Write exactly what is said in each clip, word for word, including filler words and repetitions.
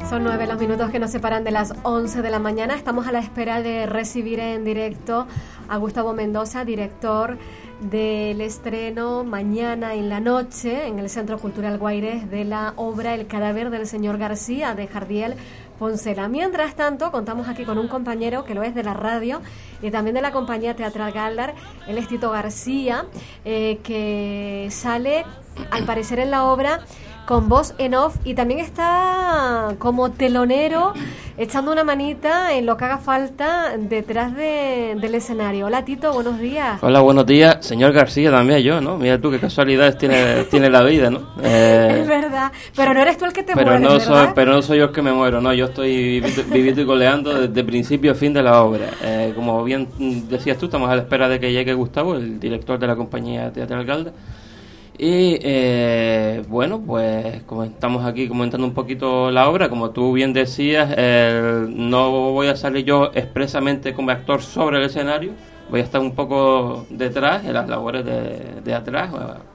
Son nueve los minutos que nos separan de las once de la mañana. Estamos a la espera de recibir en directo a Gustavo Mendoza, director del estreno mañana en la noche en el Centro Cultural Guaires de la obra El cadáver del señor García de Jardiel Poncela. Mientras tanto, contamos aquí con un compañero que lo es de la radio y también de la compañía teatral Galdar, él es Tito García, eh, que sale al parecer en la obra con voz en off y también está como telonero echando una manita en lo que haga falta detrás de, del escenario. Hola Tito, buenos días. Hola, buenos días. Señor García también yo, ¿no? Mira tú qué casualidades tiene, tiene la vida, ¿no? Eh, es verdad, pero no eres tú el que te pero mueres, no ¿verdad? soy, Pero no soy yo el que me muero, no. Yo estoy viviendo y coleando desde principio a fin de la obra. Eh, como bien decías tú, estamos a la espera de que llegue Gustavo, el director de la compañía teatral Galdar. Y eh, bueno, pues como estamos aquí comentando un poquito la obra, como tú bien decías, eh, no voy a salir yo expresamente como actor sobre el escenario, voy a estar un poco detrás, en las labores de, de atrás,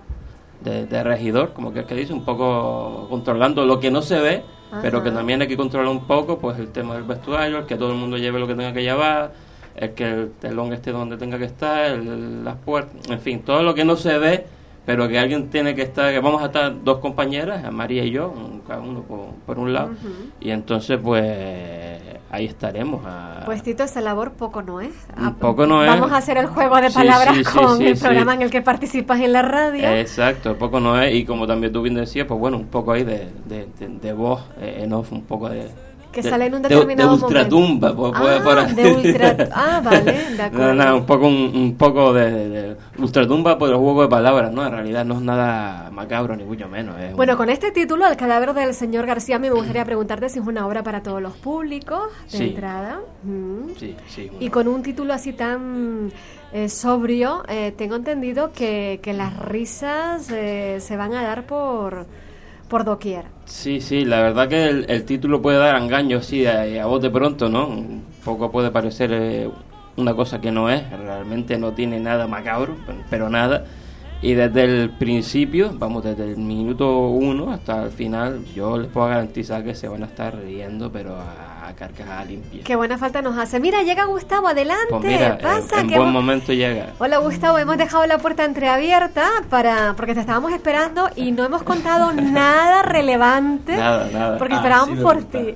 de, de regidor, como que es que dice, un poco controlando lo que no se ve. Ajá. Pero que también hay que controlar un poco pues el tema del vestuario, el que todo el mundo lleve lo que tenga que llevar, el que el telón esté donde tenga que estar, el, las puertas, en fin, todo lo que no se ve, pero que alguien tiene que estar, que vamos a estar dos compañeras, María y yo, cada uno por, por un lado, uh-huh. Y entonces pues ahí estaremos. A... Pues Tito, esa labor poco no es. A, poco no vamos es. Vamos a hacer el juego de palabras sí, sí, con sí, sí, el sí. programa sí. en el que participas en la radio. Exacto, poco no es, y como también tú bien decías, pues bueno, un poco ahí de, de, de, de voz eh, en off, un poco de... que de, sale en un determinado de, de ultratumba, momento. Por, ah, por de ultra, ah, vale, de acuerdo. No, no, un poco, un, un poco de, de, de ultratumba por el juego de palabras, ¿no? En realidad no es nada macabro, ni mucho menos. Es bueno, un... con este título, El cadáver del señor García, me gustaría preguntarte si es una obra para todos los públicos, de sí. entrada. Mm. Sí, sí. Y con un título así tan eh, sobrio, eh, tengo entendido que, que las risas eh, se van a dar por... por doquier. Sí, sí, la verdad que el, el título puede dar engaño, sí, a, a voz de pronto, ¿no? Un poco puede parecer eh, una cosa que no es, realmente no tiene nada macabro, pero nada. Y desde el principio, vamos, desde el minuto uno hasta el final, yo les puedo garantizar que se van a estar riendo, pero a, a carcajadas limpias. Qué buena falta nos hace. Mira, llega Gustavo, adelante. Pues mira, pasa, en, en que buen hemos... momento llega. Hola Gustavo, hemos dejado la puerta entreabierta para porque te estábamos esperando y no hemos contado nada relevante. Nada, nada. Porque ah, esperábamos sí, por ti.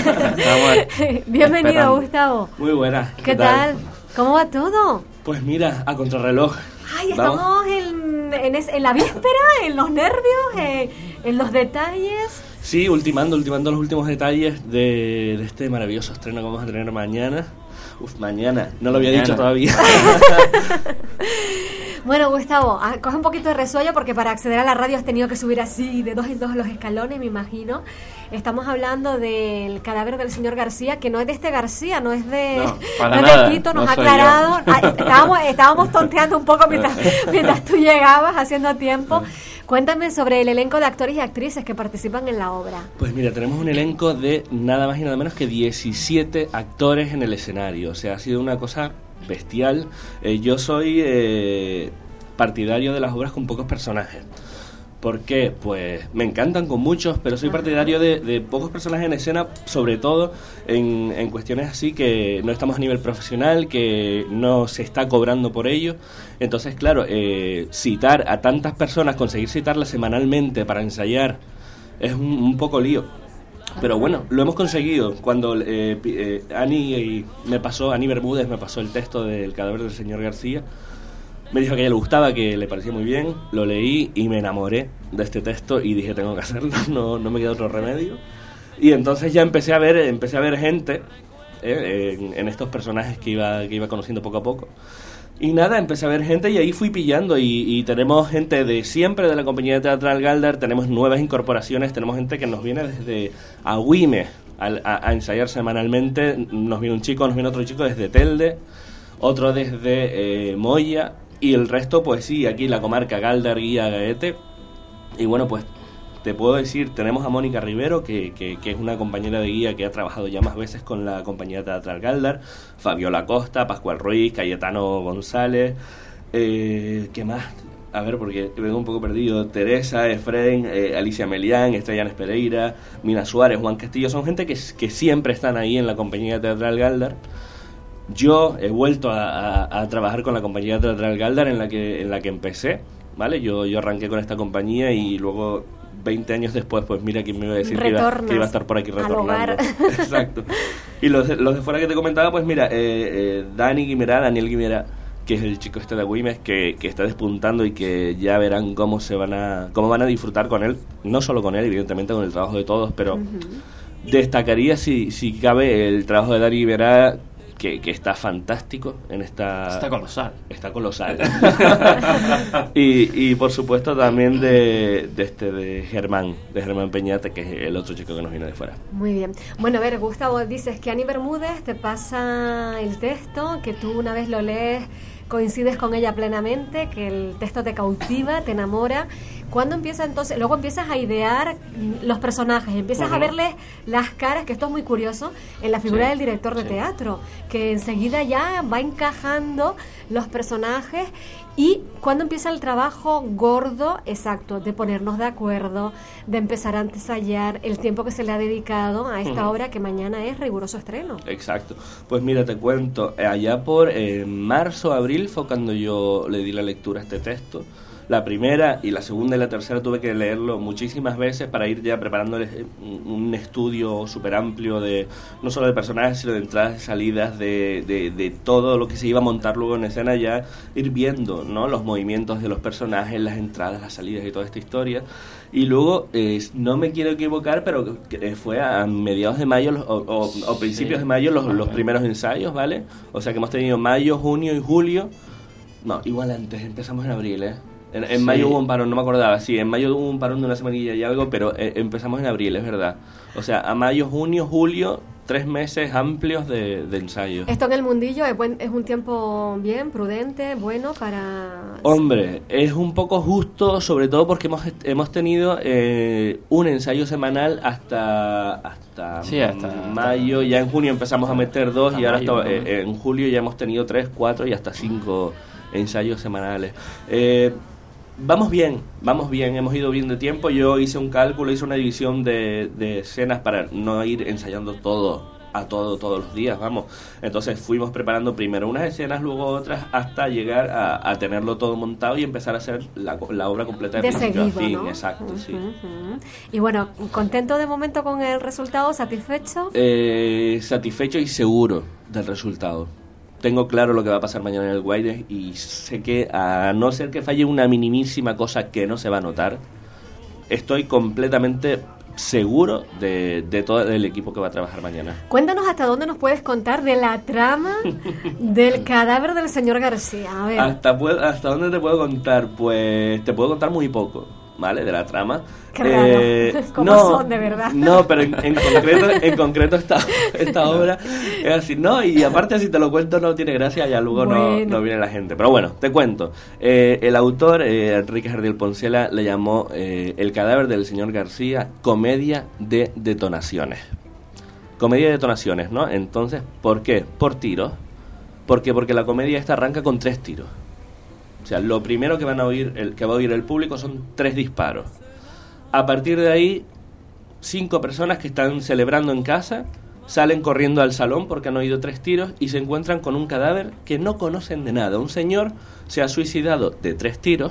Bienvenido, esperando. Gustavo. Muy buena. ¿Qué, ¿Qué tal? tal? ¿Cómo va todo? Pues mira, a contrarreloj. Ay, estamos en, en, es, en la víspera, en los nervios, eh, en los detalles. Sí, ultimando, ultimando los últimos detalles de, de este maravilloso estreno que vamos a tener mañana. Uf, mañana, no lo había mañana. dicho todavía. Bueno, Gustavo, coge un poquito de resuello porque para acceder a la radio has tenido que subir así de dos en dos los escalones, me imagino. Estamos hablando del cadáver del señor García, que no es de este García, no es de, no, para no nada, de Tito, nos no ha aclarado. Ah, estábamos, estábamos tonteando un poco mientras, mientras tú llegabas, haciendo tiempo. Cuéntame sobre el elenco de actores y actrices que participan en la obra. Pues mira, tenemos un elenco de nada más y nada menos que diecisiete actores en el escenario. O sea, ha sido una cosa bestial. Eh, yo soy eh, partidario de las obras con pocos personajes. ¿Por qué? Pues me encantan con muchos, pero soy partidario de, de pocos personajes en escena, sobre todo en, en cuestiones así que no estamos a nivel profesional, que no se está cobrando por ello. Entonces, claro, eh, citar a tantas personas, conseguir citarlas semanalmente para ensayar, es un, un poco lío. Pero bueno, lo hemos conseguido. Cuando eh, eh, Ani me pasó, Ani Bermúdez me pasó el texto del cadáver del señor García, me dijo que a ella le gustaba, que le parecía muy bien, lo leí y me enamoré de este texto y dije, tengo que hacerlo, no, no me queda otro remedio. Y entonces ya empecé a ver, empecé a ver gente eh, en, en estos personajes que iba, que iba conociendo poco a poco. Y nada, empecé a ver gente y ahí fui pillando y, y tenemos gente de siempre de la compañía teatral Galdar, tenemos nuevas incorporaciones, tenemos gente que nos viene desde Agüime a, a, a ensayar semanalmente, nos viene un chico, nos viene otro chico desde Telde, otro desde eh, Moya. Y el resto, pues sí, aquí la comarca Galdar, Guía, Gaete. Y bueno, pues te puedo decir, tenemos a Mónica Rivero, que, que, que es una compañera de guía que ha trabajado ya más veces con la compañía teatral Galdar. Fabiola Costa, Pascual Ruiz, Cayetano González. Eh, ¿Qué más? a ver, porque vengo un poco perdido. Teresa, Efraín, eh, Alicia Melián, Estrella Pereira, Mina Suárez, Juan Castillo, son gente que, que siempre están ahí en la compañía teatral Galdar. Yo he vuelto a, a, a trabajar con la compañía teatral Galdar en la que en la que empecé, ¿vale? Yo, yo arranqué con esta compañía y luego veinte años después, pues mira quién me iba a decir que iba, que iba a estar por aquí retornando. Exacto. Y los de, los de fuera que te comentaba, pues mira, eh, eh, Dani Guimerá, Daniel Guimerá, que es el chico este de Agüimes, que, que está despuntando y que ya verán cómo se van a cómo van a disfrutar con él, no solo con él, evidentemente con el trabajo de todos, pero uh-huh. destacaría si, si cabe el trabajo de Dani Guimerá, que, que está fantástico en esta... Está colosal. Está colosal. y, y por supuesto también de, de este de Germán, de Germán Peñate, que es el otro chico que nos viene de fuera. Muy bien. Bueno, a ver, Gustavo, dices que Ani Bermúdez te pasa el texto, que tú una vez lo lees, coincides con ella plenamente, que el texto te cautiva, te enamora. ¿Cuándo empieza entonces? Luego empiezas a idear los personajes, empiezas uh-huh. a verles las caras, que esto es muy curioso, en la figura sí, del director de sí. teatro, que enseguida ya va encajando los personajes. ¿Y cuándo empieza el trabajo gordo, exacto, de ponernos de acuerdo, de empezar a ensayar, el tiempo que se le ha dedicado a esta uh-huh. obra que mañana es riguroso estreno? Exacto. Pues mira, te cuento, allá por eh, marzo, abril fue cuando yo le di la lectura a este texto. La primera y la segunda y la tercera tuve que leerlo muchísimas veces para ir ya preparándoles un estudio súper amplio de no solo de personajes, sino de entradas y salidas, de, de, de todo lo que se iba a montar luego en escena, ya ir viendo, ¿no?, los movimientos de los personajes, las entradas, las salidas y toda esta historia. Y luego, eh, no me quiero equivocar, pero fue a mediados de mayo los, o, o, o principios sí. de mayo los, los primeros ensayos, ¿vale? O sea que hemos tenido mayo, junio y julio. No, igual antes, empezamos en abril, ¿eh? En, en sí. mayo hubo un parón, no me acordaba, sí, en mayo hubo un parón de una semanilla y algo, pero eh, empezamos en abril, es verdad. O sea, a mayo, junio, julio, tres meses amplios de, de ensayo. ¿Esto en el mundillo es, buen, es un tiempo bien, prudente, bueno para...? Hombre, es un poco justo, sobre todo porque hemos hemos tenido eh, un ensayo semanal hasta hasta, sí, hasta mayo, ya en junio empezamos a meter dos hasta y ahora mayo, hasta, eh, en julio ya hemos tenido tres, cuatro y hasta cinco ensayos semanales. Eh... Vamos bien, vamos bien, hemos ido bien de tiempo. Yo hice un cálculo, hice una división de, de escenas para no ir ensayando todo a todo todos los días, vamos. Entonces fuimos preparando primero unas escenas, luego otras, hasta llegar a, a tenerlo todo montado y empezar a hacer la, la obra completa de, de principio seguido, a fin. ¿no? Exacto, uh-huh, sí. Uh-huh. Y bueno, ¿contento de momento con el resultado? ¿Satisfecho? Eh, satisfecho y seguro del resultado. Tengo claro lo que va a pasar mañana en el Guaires y sé que, a no ser que falle una minimísima cosa que no se va a notar, estoy completamente seguro de, de todo el equipo que va a trabajar mañana. Cuéntanos hasta dónde nos puedes contar de la trama del cadáver del señor García. A ver. ¿Hasta, ¿Hasta dónde te puedo contar? Pues te puedo contar muy poco, ¿vale? De la trama. Qué raro. Eh, ¿Cómo no, son, de verdad? No, pero en, en concreto, en concreto esta, esta obra es así, ¿no? Y aparte, si te lo cuento, no tiene gracia, ya luego bueno. no, no viene la gente. Pero bueno, te cuento. Eh, el autor, eh, Enrique Jardiel Poncela, le llamó eh, El cadáver del señor García, comedia de detonaciones. Comedia de detonaciones, ¿no? Entonces, ¿por qué? Por tiros. ¿Por qué? Porque la comedia esta arranca con tres tiros. O sea, lo primero que van a oír, el, que va a oír el público son tres disparos. A partir de ahí, cinco personas que están celebrando en casa salen corriendo al salón porque han oído tres tiros y se encuentran con un cadáver que no conocen de nada. Un señor se ha suicidado de tres tiros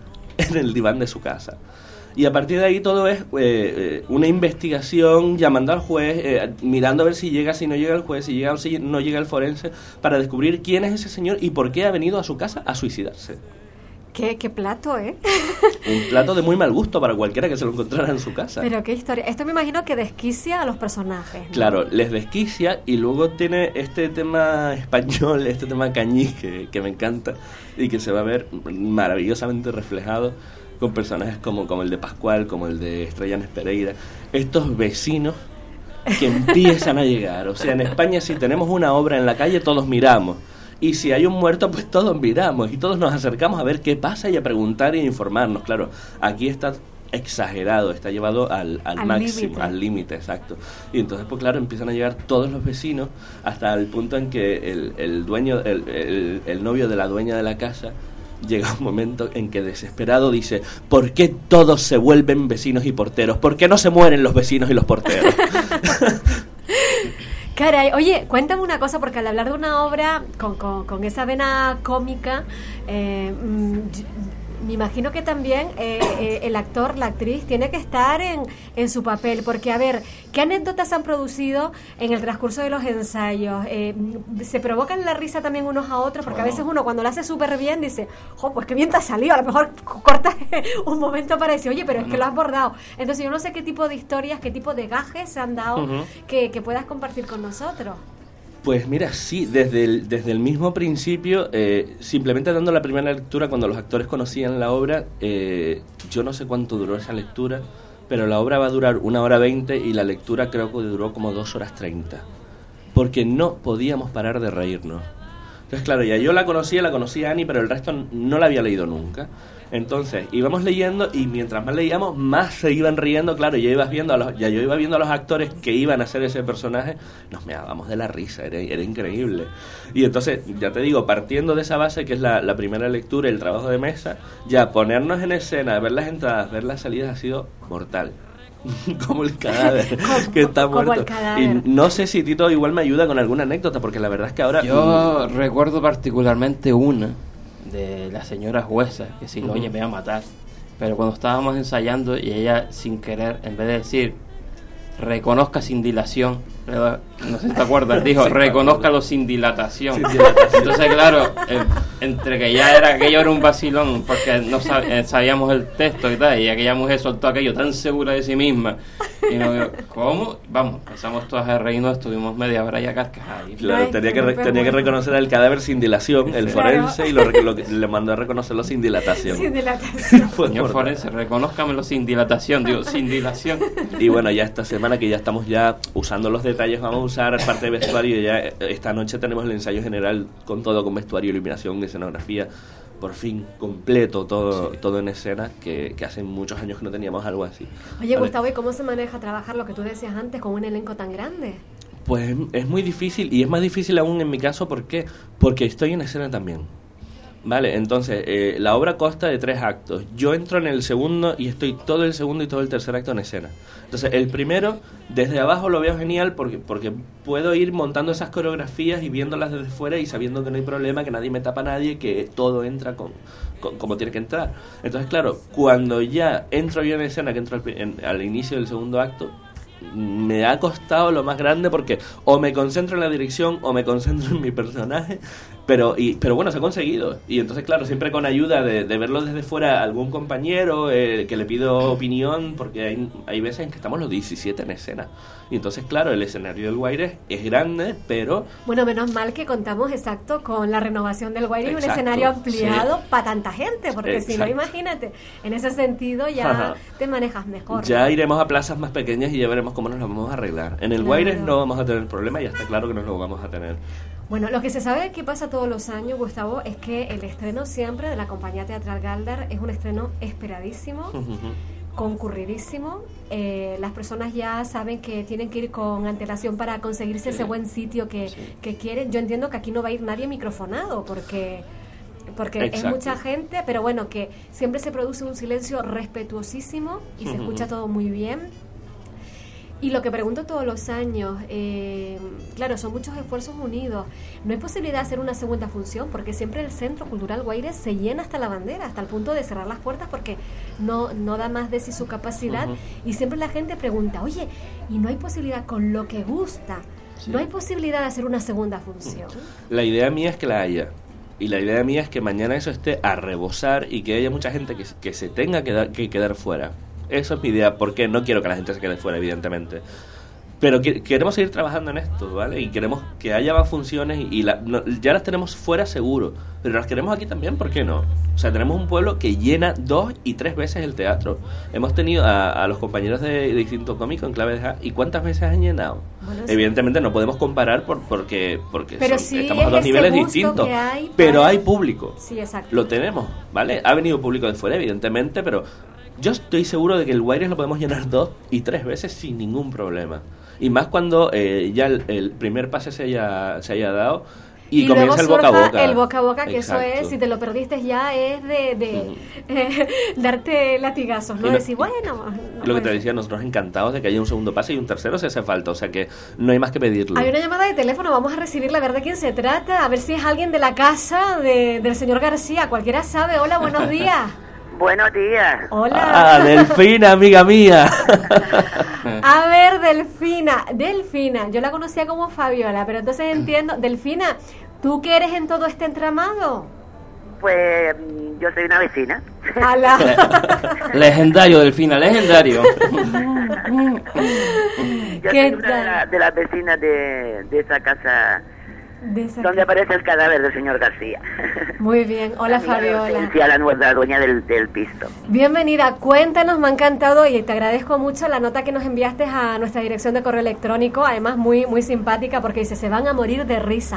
en el diván de su casa. Y a partir de ahí todo es eh, una investigación, llamando al juez, eh, mirando a ver si llega, si no llega el juez, si llega o si no llega el forense, para descubrir quién es ese señor y por qué ha venido a su casa a suicidarse. ¿Qué, qué plato, eh? Un plato de muy mal gusto para cualquiera que se lo encontrara en su casa. Pero qué historia. Esto me imagino que desquicia a los personajes, ¿no? Claro, les desquicia y luego tiene este tema español, este tema cañí que, que me encanta y que se va a ver maravillosamente reflejado con personajes como, como el de Pascual, como el de Estrella Pereira. Estos vecinos que empiezan a llegar. O sea, en España si tenemos una obra en la calle todos miramos. Y si hay un muerto, pues todos miramos y todos nos acercamos a ver qué pasa y a preguntar y a informarnos. Claro, aquí está exagerado, está llevado al, al, al máximo, límite. al límite, exacto. Y entonces, pues claro, empiezan a llegar todos los vecinos hasta el punto en que el, el dueño, el, el, el novio de la dueña de la casa llega un momento en que desesperado dice: ¿por qué todos se vuelven vecinos y porteros? ¿Por qué no se mueren los vecinos y los porteros? Caray, oye, cuéntame una cosa, porque al hablar de una obra con, con, con esa vena cómica, eh, me imagino que también eh, eh, el actor, la actriz, tiene que estar en, en su papel, porque a ver, ¿qué anécdotas han producido en el transcurso de los ensayos? Eh, ¿Se provocan la risa también unos a otros? Porque a veces uno cuando lo hace súper bien dice, jo, pues qué bien te ha salido, a lo mejor cortas un momento para decir, oye, pero es que lo has bordado. Entonces yo no sé qué tipo de historias, qué tipo de gajes se han dado uh-huh. que, que puedas compartir con nosotros. Pues mira, sí, desde el, desde el mismo principio, eh, simplemente dando la primera lectura, cuando los actores conocían la obra, eh, yo no sé cuánto duró esa lectura, pero la obra va a durar una hora veinte y la lectura creo que duró como dos horas treinta, porque no podíamos parar de reírnos. Entonces, claro, ya yo la conocía, la conocía Ani, pero el resto no la había leído nunca. Entonces, íbamos leyendo y mientras más leíamos, más se iban riendo. Claro, ya ibas viendo a los, ya yo iba viendo a los actores que iban a hacer ese personaje, nos meábamos de la risa, era, era increíble. Y entonces, ya te digo, partiendo de esa base que es la, la primera lectura y el trabajo de mesa, ya ponernos en escena, ver las entradas, ver las salidas ha sido mortal. Como el cadáver que está muerto. Y no sé si Tito igual me ayuda con alguna anécdota, porque la verdad es que ahora... Yo mm, recuerdo particularmente una de la señora jueza, que si lo oye me va a matar, pero cuando estábamos ensayando y ella sin querer, en vez de decir reconozca sin dilación, no sé si te acuerdas, dijo sí, reconózcalo sin dilatación. sin dilatación entonces claro, eh, entre que ya era aquello era un vacilón porque no sab- eh, sabíamos el texto y tal, y aquella mujer soltó aquello tan segura de sí misma y no digo, ¿cómo? Vamos, empezamos todas a reírnos, estuvimos media hora ya carcajadas. Claro, tenía que, re- tenía que reconocer al cadáver sin dilación, el forense, claro. Y lo, lo, le mandó a reconocerlo sin dilatación. Sin dilatación. Señor forense, reconózcamelo sin dilatación, digo, sin dilación. Y bueno, ya esta semana que ya estamos ya usando los detalles, vamos a usar parte de vestuario. Ya esta noche tenemos el ensayo general con todo, con vestuario, iluminación, escenografía, por fin completo, todo sí. todo en escena, que, que hace muchos años que no teníamos algo así. Oye, ¿vale? Gustavo, ¿y cómo se maneja trabajar lo que tú decías antes con un elenco tan grande? Pues es muy difícil, y es más difícil aún en mi caso. ¿Por qué? Porque estoy en escena también. Vale, entonces, eh, la obra consta de tres actos. Yo entro en el segundo y estoy todo el segundo y todo el tercer acto en escena. Entonces, el primero, desde abajo lo veo genial porque, porque puedo ir montando esas coreografías y viéndolas desde fuera y sabiendo que no hay problema, que nadie me tapa a nadie, que todo entra con, con, como tiene que entrar. Entonces, claro, cuando ya entro yo en escena, que entro al, en, al inicio del segundo acto, me ha costado lo más grande porque o me concentro en la dirección o me concentro en mi personaje, pero y pero bueno, se ha conseguido. Y entonces, claro, siempre con ayuda de, de verlo desde fuera algún compañero eh, que le pido opinión, porque hay, hay veces en que estamos los diecisiete en escena. Y entonces, claro, el escenario del Guaires es grande, pero... Bueno, menos mal que contamos, exacto, con la renovación del Guaires y un escenario ampliado sí. para tanta gente, porque exacto. si no, imagínate, en ese sentido ya Ajá. te manejas mejor. Ya ¿no? iremos a plazas más pequeñas y ya veremos cómo nos lo vamos a arreglar. En el claro. Guaires no vamos a tener problema, ya está claro que nos lo vamos a tener. Bueno, lo que se sabe que pasa todos los años, Gustavo, es que el estreno siempre de la compañía teatral Galdar es un estreno esperadísimo, uh-huh. concurridísimo. Eh, las personas ya saben que tienen que ir con antelación para conseguirse sí. ese buen sitio que, sí. que quieren. Yo entiendo que aquí no va a ir nadie microfonado porque... porque Exacto. es mucha gente, pero bueno, que siempre se produce un silencio respetuosísimo y uh-huh. se escucha todo muy bien. Y lo que pregunto todos los años, eh, claro, son muchos esfuerzos unidos. ¿No hay posibilidad de hacer una segunda función? Porque siempre el Centro Cultural Guaires se llena hasta la bandera, hasta el punto de cerrar las puertas porque no, no da más de sí su capacidad. Uh-huh. Y siempre la gente pregunta, oye, ¿y no hay posibilidad con lo que gusta? Sí. ¿No hay posibilidad de hacer una segunda función? La idea mía es que la haya. Y la idea mía es que mañana eso esté a rebosar y que haya mucha gente que, que se tenga que, da, que quedar fuera. Eso es mi idea, porque no quiero que la gente se quede fuera, evidentemente. Pero que, queremos seguir trabajando en esto, ¿vale? Y queremos que haya más funciones y, y la, no, ya las tenemos fuera seguro, pero las queremos aquí también, ¿por qué no? O sea, tenemos un pueblo que llena dos y tres veces el teatro. Hemos tenido a, a los compañeros de, de Distinto Cómico en Clave de Ja, ¿y cuántas veces han llenado? Bueno, sí. Evidentemente no podemos comparar por, porque, porque son, sí, estamos a dos niveles distintos, hay pero para... hay público. Sí, exacto. Lo tenemos, ¿vale? Ha venido público de fuera, evidentemente, pero... yo estoy seguro de que el Guaires lo podemos llenar dos y tres veces sin ningún problema. Y más cuando eh, ya el, el primer pase se haya, se haya dado, Y, y comienza luego el boca a surja boca. el boca a boca, que Exacto. eso es, si te lo perdiste ya es de, de Mm. eh, darte latigazos, ¿no? Y no- Decir, bueno... no Lo que puede te ser. decía, nosotros encantados de que haya un segundo pase y un tercero si hace falta, o sea que no hay más que pedirlo. Hay una llamada de teléfono, vamos a recibirla, a ver de quién se trata, a ver si es alguien de la casa de, del señor García, cualquiera sabe. Hola, buenos días. Buenos días. Hola. Ah, Delfina, amiga mía. A ver, Delfina, Delfina, yo la conocía como Fabiola, pero entonces entiendo, Delfina, ¿tú qué eres en todo este entramado? Pues mm, yo soy una vecina. Ala. Legendario, Delfina, legendario. Yo ¿Qué soy una de, tal? la- de las vecinas de, de esa casa De esa- donde aparece el cadáver del señor García. Muy bien, hola Amiga de Fabiola. Hortensia, la nueva dueña del, del piso. Bienvenida, cuéntanos, me ha encantado y te agradezco mucho la nota que nos enviaste a nuestra dirección de correo electrónico, además muy muy simpática porque dice, se van a morir de risa.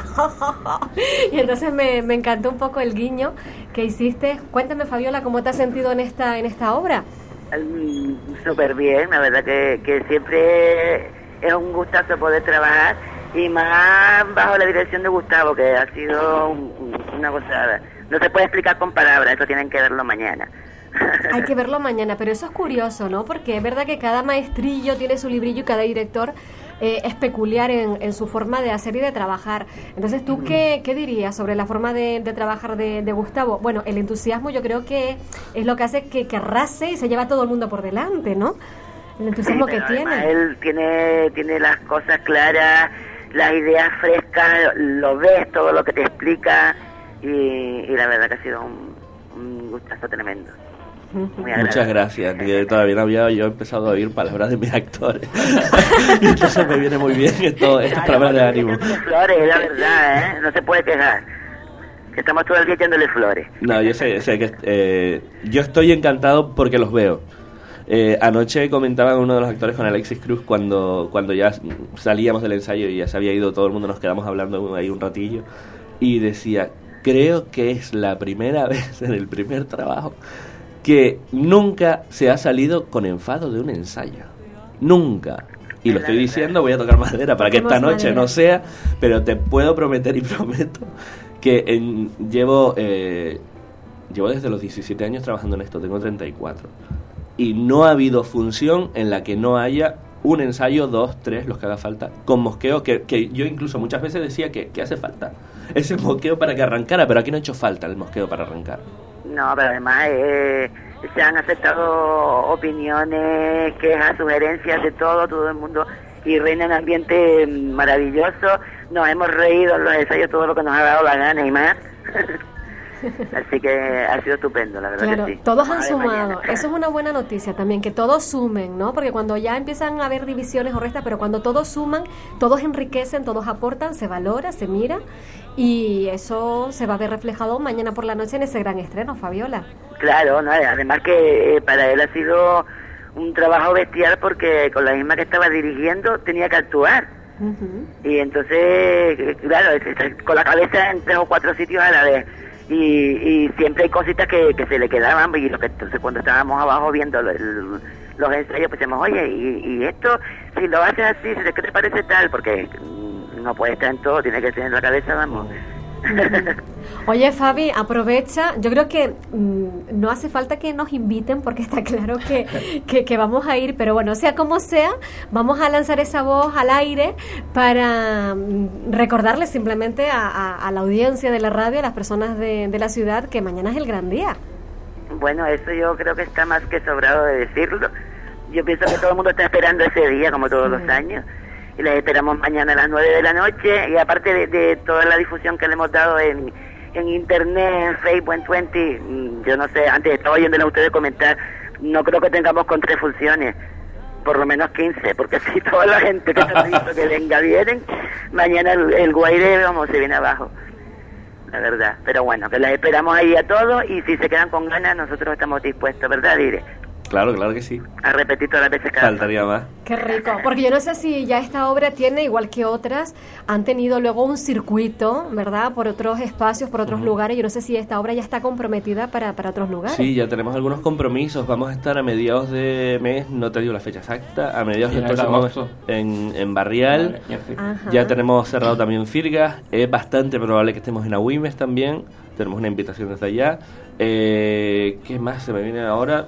Y entonces me, me encantó un poco el guiño que hiciste. Cuéntame, Fabiola, ¿cómo te has sentido en esta, en esta obra? Mm, Súper bien, la verdad que, que siempre es un gustazo poder trabajar y más bajo la dirección de Gustavo, que ha sido un- un- una gozada. No se puede explicar con palabras, eso tienen que verlo mañana. Hay que verlo mañana, pero eso es curioso, ¿no? Porque es verdad que cada maestrillo tiene su librillo y cada director eh, es peculiar en, en su forma de hacer y de trabajar. Entonces, ¿tú qué, qué dirías sobre la forma de, de trabajar de, de Gustavo? Bueno, el entusiasmo yo creo que es lo que hace que, que arrase y se lleva a todo el mundo por delante, ¿no? El entusiasmo Sí, que pero además tiene. él tiene, tiene las cosas claras, las ideas frescas, lo ves, todo lo que te explica y, y la verdad que ha sido un, un gustazo tremendo. Muy agradable. Muchas gracias, que todavía no había yo empezado a oír palabras de mis actores. Y entonces me viene muy bien esto, estas palabras de ánimo. Echándole flores, la verdad, ¿eh? No se puede quejar. Que estamos todo el día echándole flores. No, yo sé, sé que eh, yo estoy encantado porque los veo. Eh, anoche comentaba uno de los actores con Alexis Cruz cuando, cuando ya salíamos del ensayo y ya se había ido todo el mundo, nos quedamos hablando ahí un ratillo y decía, creo que es la primera vez en el primer trabajo que nunca se ha salido con enfado de un ensayo. Nunca. Y lo estoy diciendo, voy a tocar madera para que esta Toquemos noche madera. no sea, pero te puedo prometer y prometo que en- llevo eh, llevo desde los diecisiete años trabajando en esto, tengo treinta y cuatro. Y no ha habido función en la que no haya un ensayo, dos, tres, los que haga falta, con mosqueo, que, que yo incluso muchas veces decía que, que hace falta ese mosqueo para que arrancara, pero aquí no ha hecho falta el mosqueo para arrancar. No, pero además eh, se han aceptado opiniones, quejas, sugerencias de todo, todo el mundo, y reina un ambiente maravilloso. Nos hemos reído en los ensayos todo lo que nos ha dado la gana y más. Así que ha sido estupendo, la verdad Claro, que sí. todos han Vamos a ver sumado. mañana. Eso es una buena noticia también, que todos sumen, ¿no? Porque cuando ya empiezan a haber divisiones o restas, pero cuando todos suman, todos enriquecen, todos aportan, se valora, se mira y eso se va a ver reflejado mañana por la noche en ese gran estreno, Fabiola. Claro, no, además que eh, para él ha sido un trabajo bestial porque con la misma que estaba dirigiendo tenía que actuar. Ujú. Y entonces, eh, claro, es- es- con la cabeza en tres o cuatro sitios a la vez. Y, y siempre hay cositas que, que se le quedaban. Y lo que, entonces, cuando estábamos abajo viendo el- el- los ensayos, pues decíamos, oye, y, y esto, si lo haces así, ¿qué te parece tal? Porque mm, no puede estar en todo, tiene que estar en la cabeza, vamos. Oye, Fabi, aprovecha. Yo creo que mm, no hace falta que nos inviten porque está claro que, que, que vamos a ir, pero bueno, sea como sea, vamos a lanzar esa voz al aire para mm, recordarles simplemente a, a- a la audiencia de la radio, a las personas de, de la ciudad, que mañana es el gran día. Bueno, eso yo creo que está más que sobrado de decirlo. Yo pienso que todo el mundo está esperando ese día, como todos los años. Y les esperamos mañana a las nueve de la noche. Y aparte de, de toda la difusión que le hemos dado en, en internet, en Facebook, en Twenty, mm, yo no sé, antes estaba oyéndole a ustedes comentar, no creo que tengamos con tres funciones, por lo menos quince, porque si toda la gente que está visto que venga vienen, mañana el, el Guaire, vamos, se viene abajo. La verdad. Pero bueno, que las esperamos ahí a todos y si se quedan con ganas, nosotros estamos dispuestos, ¿verdad, Dire? Claro, claro que sí. A repetir todas las veces cada Faltaría más. Qué rico, porque yo no sé si ya esta obra tiene, igual que otras, han tenido luego un circuito, ¿verdad? Por otros espacios, por otros uh-huh. lugares. Yo no sé si esta obra ya está comprometida para, para otros lugares. Sí, ya tenemos algunos compromisos. Vamos a estar a mediados de mes, no te digo la fecha exacta, a mediados del próximo mes en, en Barrial. Ajá. Ya tenemos cerrado también Firgas. Es bastante probable que estemos en Agüimes también. Tenemos una invitación desde allá. Eh, ¿Qué más se me viene ahora?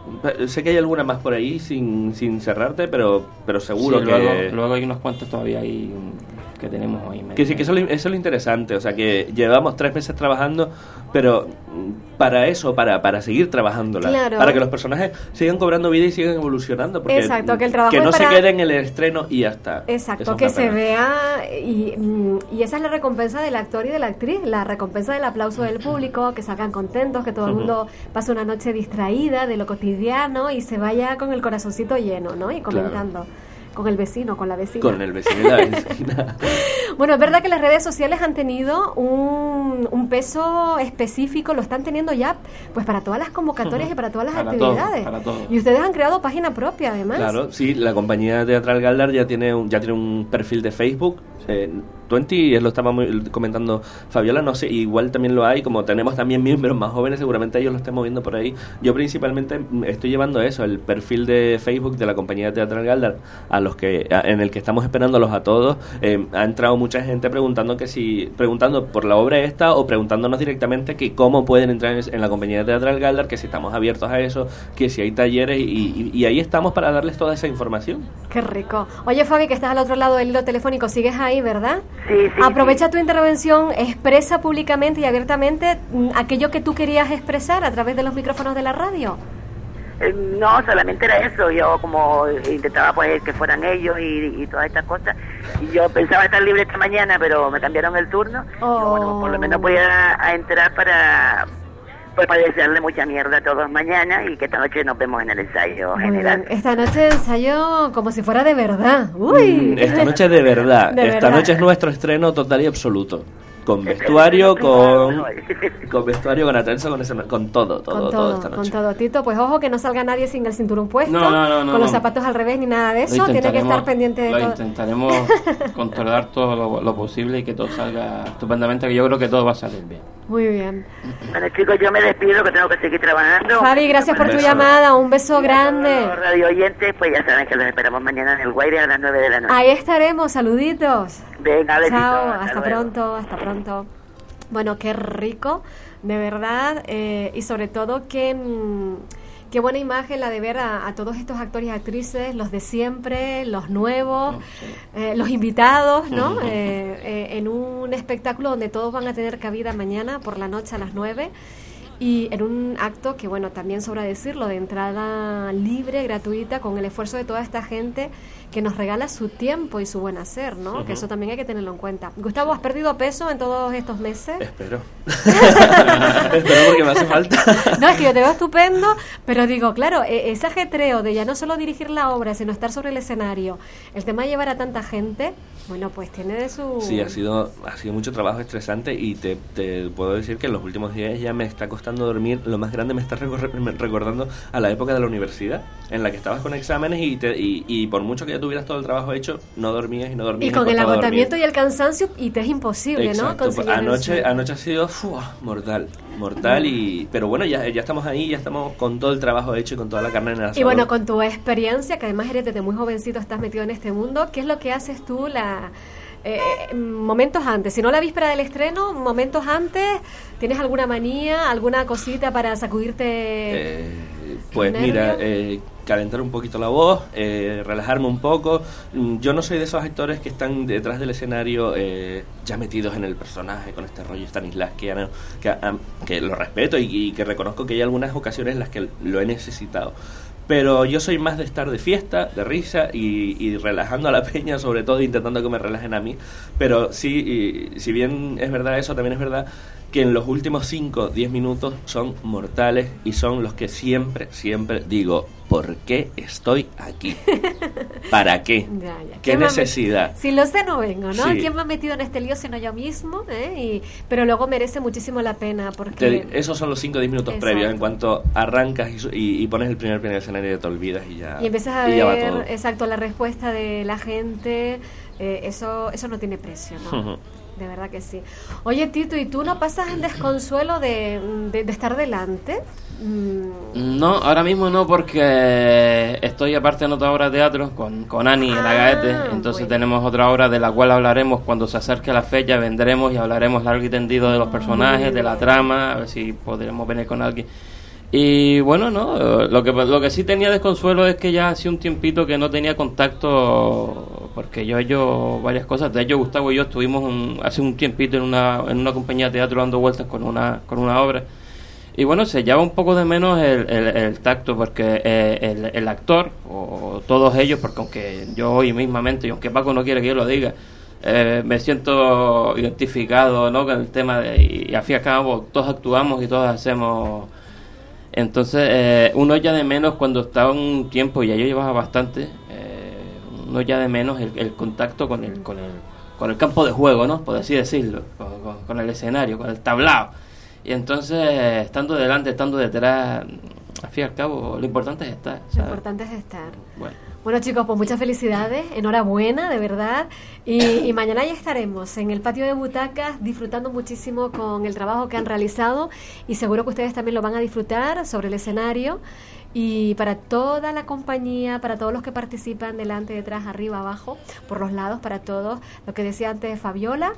Sé que hay alguna más por ahí sin, sin cerrarte, pero pero seguro sí, que... Luego, luego hay unos cuantos todavía ahí que tenemos hoy. Que sí, que eso, eso es lo interesante, o sea, que llevamos tres meses trabajando, pero para eso, para, para seguir trabajándola, claro. para que los personajes sigan cobrando vida y sigan evolucionando, porque exacto, que el trabajo que no para... se quede en el estreno y ya está. Exacto, que se vea, y, y esa es la recompensa del actor y de la actriz, la recompensa del aplauso del público, que salgan contentos, que todo el mundo pase una noche distraída de lo cotidiano y se vaya con el corazoncito lleno, ¿no? Y comentando. Claro. Con el vecino, con la vecina. Con el vecino y la vecina. Bueno, es verdad que las redes sociales han tenido un, un peso específico, lo están teniendo ya pues para todas las convocatorias y para todas las para actividades. Todo, para todo. Y ustedes han creado página propia, además. Claro, sí, la compañía Teatral Galdar ya tiene un, ya tiene un perfil de Facebook. Eh, veinte, lo estaba muy, comentando Fabiola, no sé, igual también lo hay, como tenemos también miembros más jóvenes, seguramente ellos lo estén moviendo por ahí. Yo principalmente estoy llevando eso, el perfil de Facebook de la compañía Teatral Galdar, a los que, a, en el que estamos esperándolos a todos. Eh, ha entrado mucha gente preguntando que si, preguntando por la obra esta o preguntándonos directamente que cómo pueden entrar en, en la compañía Teatral Galdar, que si estamos abiertos a eso, que si hay talleres, y, y, y ahí estamos para darles toda esa información. Qué rico. Oye, Fabi, que estás al otro lado del hilo telefónico, ¿sigues ahí, verdad? Sí, sí. Aprovecha sí. tu intervención, expresa públicamente y abiertamente aquello que tú querías expresar a través de los micrófonos de la radio. Eh, no, solamente era eso. Yo como intentaba pues que fueran ellos y, y todas estas cosas. Y yo pensaba estar libre esta mañana, pero me cambiaron el turno. Oh. Y bueno, por lo menos voy a, a entrar para... pues para desearle mucha mierda a todos mañana y que esta noche nos vemos en el ensayo Muy general. Bien. Esta noche ensayo como si fuera de verdad. Uy. Mm, esta noche de verdad. De esta verdad. noche es nuestro estreno total y absoluto. Con vestuario, con, con vestuario, con atención, con, ese, con todo, todo, con todo, todo esta noche. Con todo, Tito. Pues ojo que no salga nadie sin el cinturón puesto, no, no, no, no, con los no. zapatos al revés ni nada de eso. Tiene que estar pendiente de lo todo. Intentaremos controlar todo lo, lo posible y que todo salga estupendamente, que yo creo que todo va a salir bien. Muy bien. Bueno, chicos, yo me despido, que tengo que seguir trabajando. Fabi, gracias por tu llamada. Un beso grande. Los radio oyentes, pues ya saben que los esperamos mañana en el Guaire a las nueve de la noche. Ahí estaremos. Saluditos. Venga, besitos. Chao. Hasta, Hasta luego. pronto. Hasta pronto. Bueno, qué rico, de verdad, eh, y sobre todo que mmm, qué buena imagen la de ver a, a todos estos actores y actrices, los de siempre, los nuevos, oh, sí. eh, los invitados, ¿no? Uh-huh. eh, eh, en un espectáculo donde todos van a tener cabida mañana por la noche a las nueve. Y en un acto que, bueno, también sobra decirlo, de entrada libre, gratuita, con el esfuerzo de toda esta gente que nos regala su tiempo y su buen hacer, ¿no? Uh-huh. Que eso también hay que tenerlo en cuenta. Gustavo, ¿has perdido peso en todos estos meses? Espero. Espero porque me hace falta. No, es que yo te veo estupendo, pero digo, claro, ese ajetreo de ya no solo dirigir la obra, sino estar sobre el escenario, el tema de llevar a tanta gente, bueno, pues tiene de su... Sí, ha sido, ha sido mucho trabajo estresante y te, te puedo decir que en los últimos días ya me está costando dormir. Lo más grande me está recordando a la época de la universidad, en la que estabas con exámenes y, te, y, y por mucho que ya tuvieras todo el trabajo hecho, no dormías y no dormías. Y con y el agotamiento dormir. y el cansancio, y te es imposible, Exacto, ¿no? Conseguir anoche, anoche ha sido ¡fua! mortal, mortal, y pero bueno, ya, ya estamos ahí, ya estamos con todo el trabajo hecho y con toda la carne en el asador. Y bueno, con tu experiencia, que además eres desde muy jovencito, estás metido en este mundo, ¿qué es lo que haces tú la... Eh, momentos antes, si no la víspera del estreno, momentos antes, ¿tienes alguna manía, alguna cosita para sacudirte? Eh, pues mira, eh, calentar un poquito la voz, eh, relajarme un poco. Yo no soy de esos actores que están detrás del escenario eh, ya metidos en el personaje con este rollo Stanislavskiano, que, que lo respeto y, y que reconozco que hay algunas ocasiones en las que lo he necesitado. Pero yo soy más de estar de fiesta, de risa y, y relajando a la peña, sobre todo intentando que me relajen a mí. Pero sí, y, si bien es verdad eso, también es verdad que en los últimos cinco o diez minutos son mortales y son los que siempre, siempre digo, ¿por qué estoy aquí? ¿Para qué? Ya, ya. ¿Qué necesidad? Si lo sé, no vengo, ¿no? Sí. ¿Quién me ha metido en este lío sino yo mismo? ¿eh? Y, pero luego merece muchísimo la pena porque... Te, esos son los cinco o diez minutos Exacto. previos. En cuanto arrancas y, y, y pones el primer pie en el escenario y te olvidas y ya, Y empiezas a y ya va ver, todo. exacto, la respuesta de la gente. eh, eso eso no tiene precio, ¿no? Ujú. De verdad que sí. Oye, Tito, ¿y tú no pasas en desconsuelo de, de, de estar delante? Mm. No, ahora mismo no, porque estoy aparte en otra obra de teatro con, con Ani en Ah, Agaete. Entonces bueno. tenemos otra obra de la cual hablaremos cuando se acerque la fecha. Vendremos y hablaremos largo y tendido de los personajes, de la trama, a ver si podremos venir con alguien. Y bueno, no, lo que lo que sí tenía desconsuelo es que ya hace un tiempito que no tenía contacto, porque yo he hecho varias cosas. De hecho, Gustavo y yo estuvimos un, hace un tiempito en una en una compañía de teatro dando vueltas con una con una obra. Y bueno, se lleva un poco de menos el, el, el tacto, porque eh, el, el actor, o todos ellos, porque aunque yo hoy mismamente, y aunque Paco no quiere que yo lo diga, eh, me siento identificado, ¿no?, con el tema de, y, y al fin y al cabo todos actuamos y todos hacemos. Entonces eh, uno ya de menos cuando estaba un tiempo, y ya yo llevaba bastante, eh, uno ya de menos el, el contacto con el, con el con el campo de juego, ¿no?, por así decirlo, con, con, con el escenario, con el tablao. Y entonces, estando delante, estando detrás, al fin y al cabo, lo importante es estar, ¿sabes? Lo importante es estar. Bueno. Bueno, chicos, pues muchas felicidades, enhorabuena, de verdad. Y, y mañana ya estaremos en el patio de butacas disfrutando muchísimo con el trabajo que han realizado, y seguro que ustedes también lo van a disfrutar sobre el escenario. Y para toda la compañía, para todos los que participan, delante, detrás, arriba, abajo, por los lados, para todos, lo que decía antes Fabiola.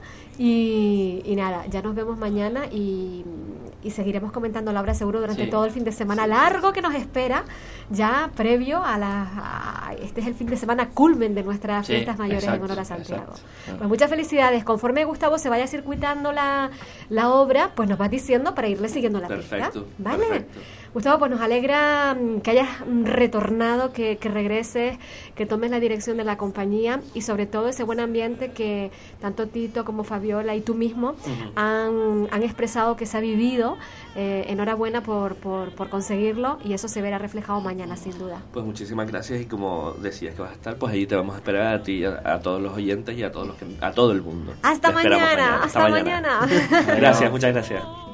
Y, y nada, ya nos vemos mañana y, y seguiremos comentando la obra seguro durante Sí. todo el fin de semana largo que nos espera, ya previo a la... a- este es el fin de semana culmen de nuestras Sí, fiestas mayores exacto, en honor a Santiago. exacto. Pues muchas felicidades. Conforme Gustavo se vaya circuitando la, la obra, pues nos vas diciendo para irle siguiendo la Perfecto, pista. ¿Vale? perfecto. Gustavo, pues nos alegra mm, que hayas mm, retornado, que, que regreses, que tomes la dirección de la compañía y sobre todo ese buen ambiente que tanto Tito como Fabiola y tú mismo Ujú. han, han expresado que se ha vivido. Eh, enhorabuena por, por, por conseguirlo, y eso se verá reflejado mañana sin duda. Pues muchísimas gracias, y como decías que vas a estar, pues allí te vamos a esperar a ti, a, a todos los oyentes y a todos los que, a todo el mundo. Hasta Te esperamos mañana, hasta mañana. Gracias, muchas gracias.